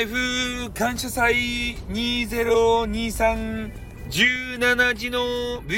イフ感謝祭2023 17時の部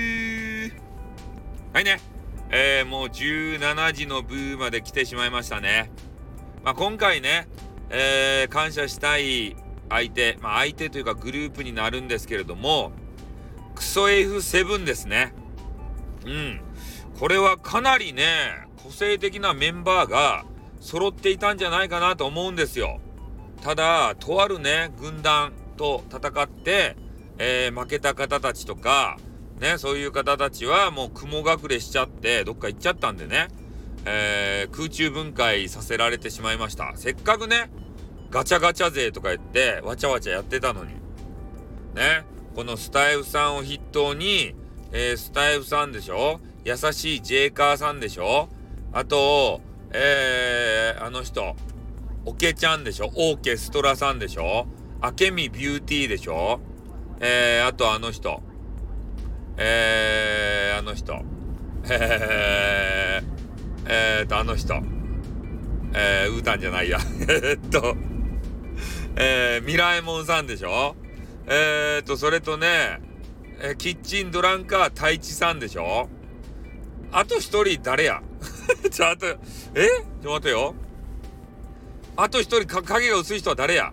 はいね、もう17時の部まで来てしまいましたね。今回ね、感謝したい相手、相手というかグループになるんですけれども、クソ F7 ですね。これはかなりね個性的なメンバーが揃っていたんじゃないかなと思うんですよ。ただとあるね軍団と戦って、負けた方たちとかね、そういう方たちはもう雲隠れしちゃってどっか行っちゃったんでね、空中分解させられてしまいました。せっかくねガチャガチャ勢とか言ってわちゃわちゃやってたのにね、このスタイフさんを筆頭に、スタイフさんでしょ、優しいジェイカーさんでしょ、あとあの人オケちゃんでしょ、オーケストラさんでしょ、アケミビューティーでしょ、あとあの人あの人ウータンじゃないやミラエモンさんでしょ、それとね、キッチンドランカー太一さんでしょ、あと一人誰やちょっと待てよ、あと一人影が薄い人は誰や、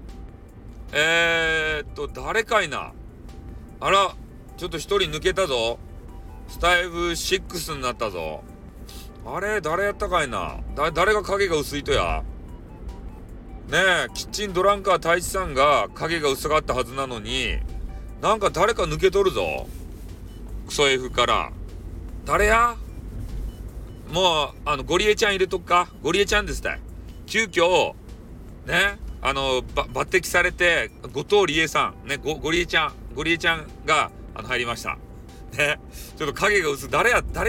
誰かいな、あらちょっと一人抜けたぞ、スタイフ6になったぞ、あれ誰やったかいな、誰が影が薄いとやねえ、キッチンドランカー太一さんが影が薄かったはずなのに、なんか誰か抜けとるぞ、クソ F から。誰や、もうゴリエちゃん入れとくか、ゴリエちゃんですって急遽ね抜擢されて、後藤理恵さんね、ゴリエちゃんが入りましたね。ちょっと影が薄い、誰やった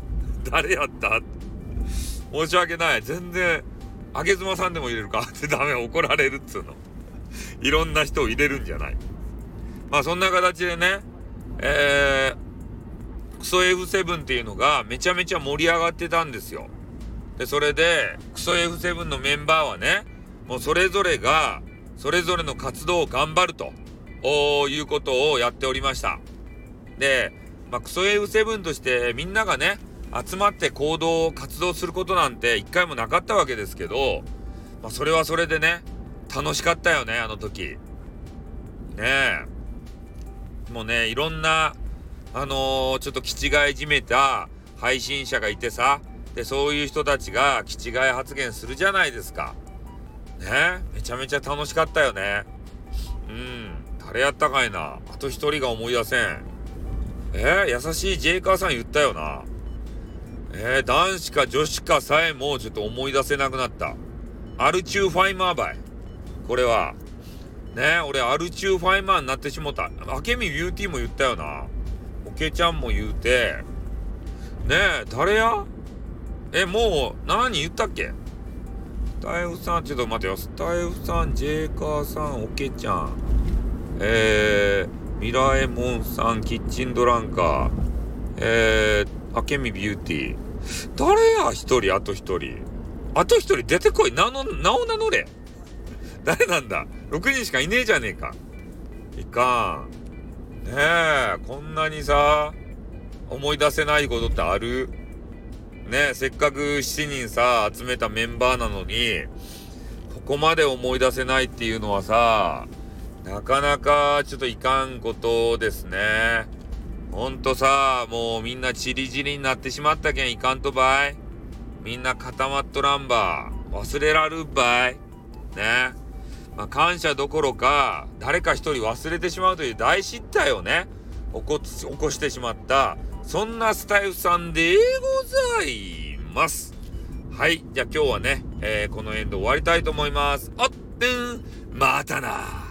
申し訳ない、全然あげずまさんでも入れるかってダメ、怒られるっつうのいろんな人を入れるんじゃない。そんな形でね、クソ F7 っていうのがめちゃめちゃ盛り上がってたんですよ。でそれでクソ F7 のメンバーはね、もうそれぞれがそれぞれの活動を頑張るということをやっておりました。で、クソ F7 としてみんながね集まって活動することなんて一回もなかったわけですけど、それはそれでね楽しかったよね、あの時ね。もうね、いろんなちょっと気違いじめた配信者がいてさ、でそういう人たちが気違い発言するじゃないですかね。めちゃめちゃ楽しかったよね。誰やったかいな、あと一人が思い出せん。優しいジェイカーさん言ったよな。男子か女子かさえもちょっと思い出せなくなった。アルチューファイマーバイ、これはね、俺アルチューファイマーになってしもた。アケミビューティーも言ったよな、オケちゃんも言うてね。誰や、もう何言ったっけ、スタイフさん、ちょっと待てよ、スタイフさん、ジェイカーさん、オケちゃん、ミラエモンさん、キッチンドランカー、アケミビューティー、誰や一人、あと一人出てこい、名を名乗れ、誰なんだ、6人しかいねえじゃねえか。いかんねえ、こんなにさ思い出せないことってあるね。せっかく7人さ集めたメンバーなのにここまで思い出せないっていうのはさ、なかなかちょっといかんことですね。ほんとさ、もうみんなチリチリになってしまったけんいかんとばい。みんな固まっとらんば、忘れらるばいね。感謝どころか誰か一人忘れてしまうという大失態をね起こしてしまった、そんなスタイフさんでございます。はい、じゃあ今日はね、このエンド終わりたいと思います。またな。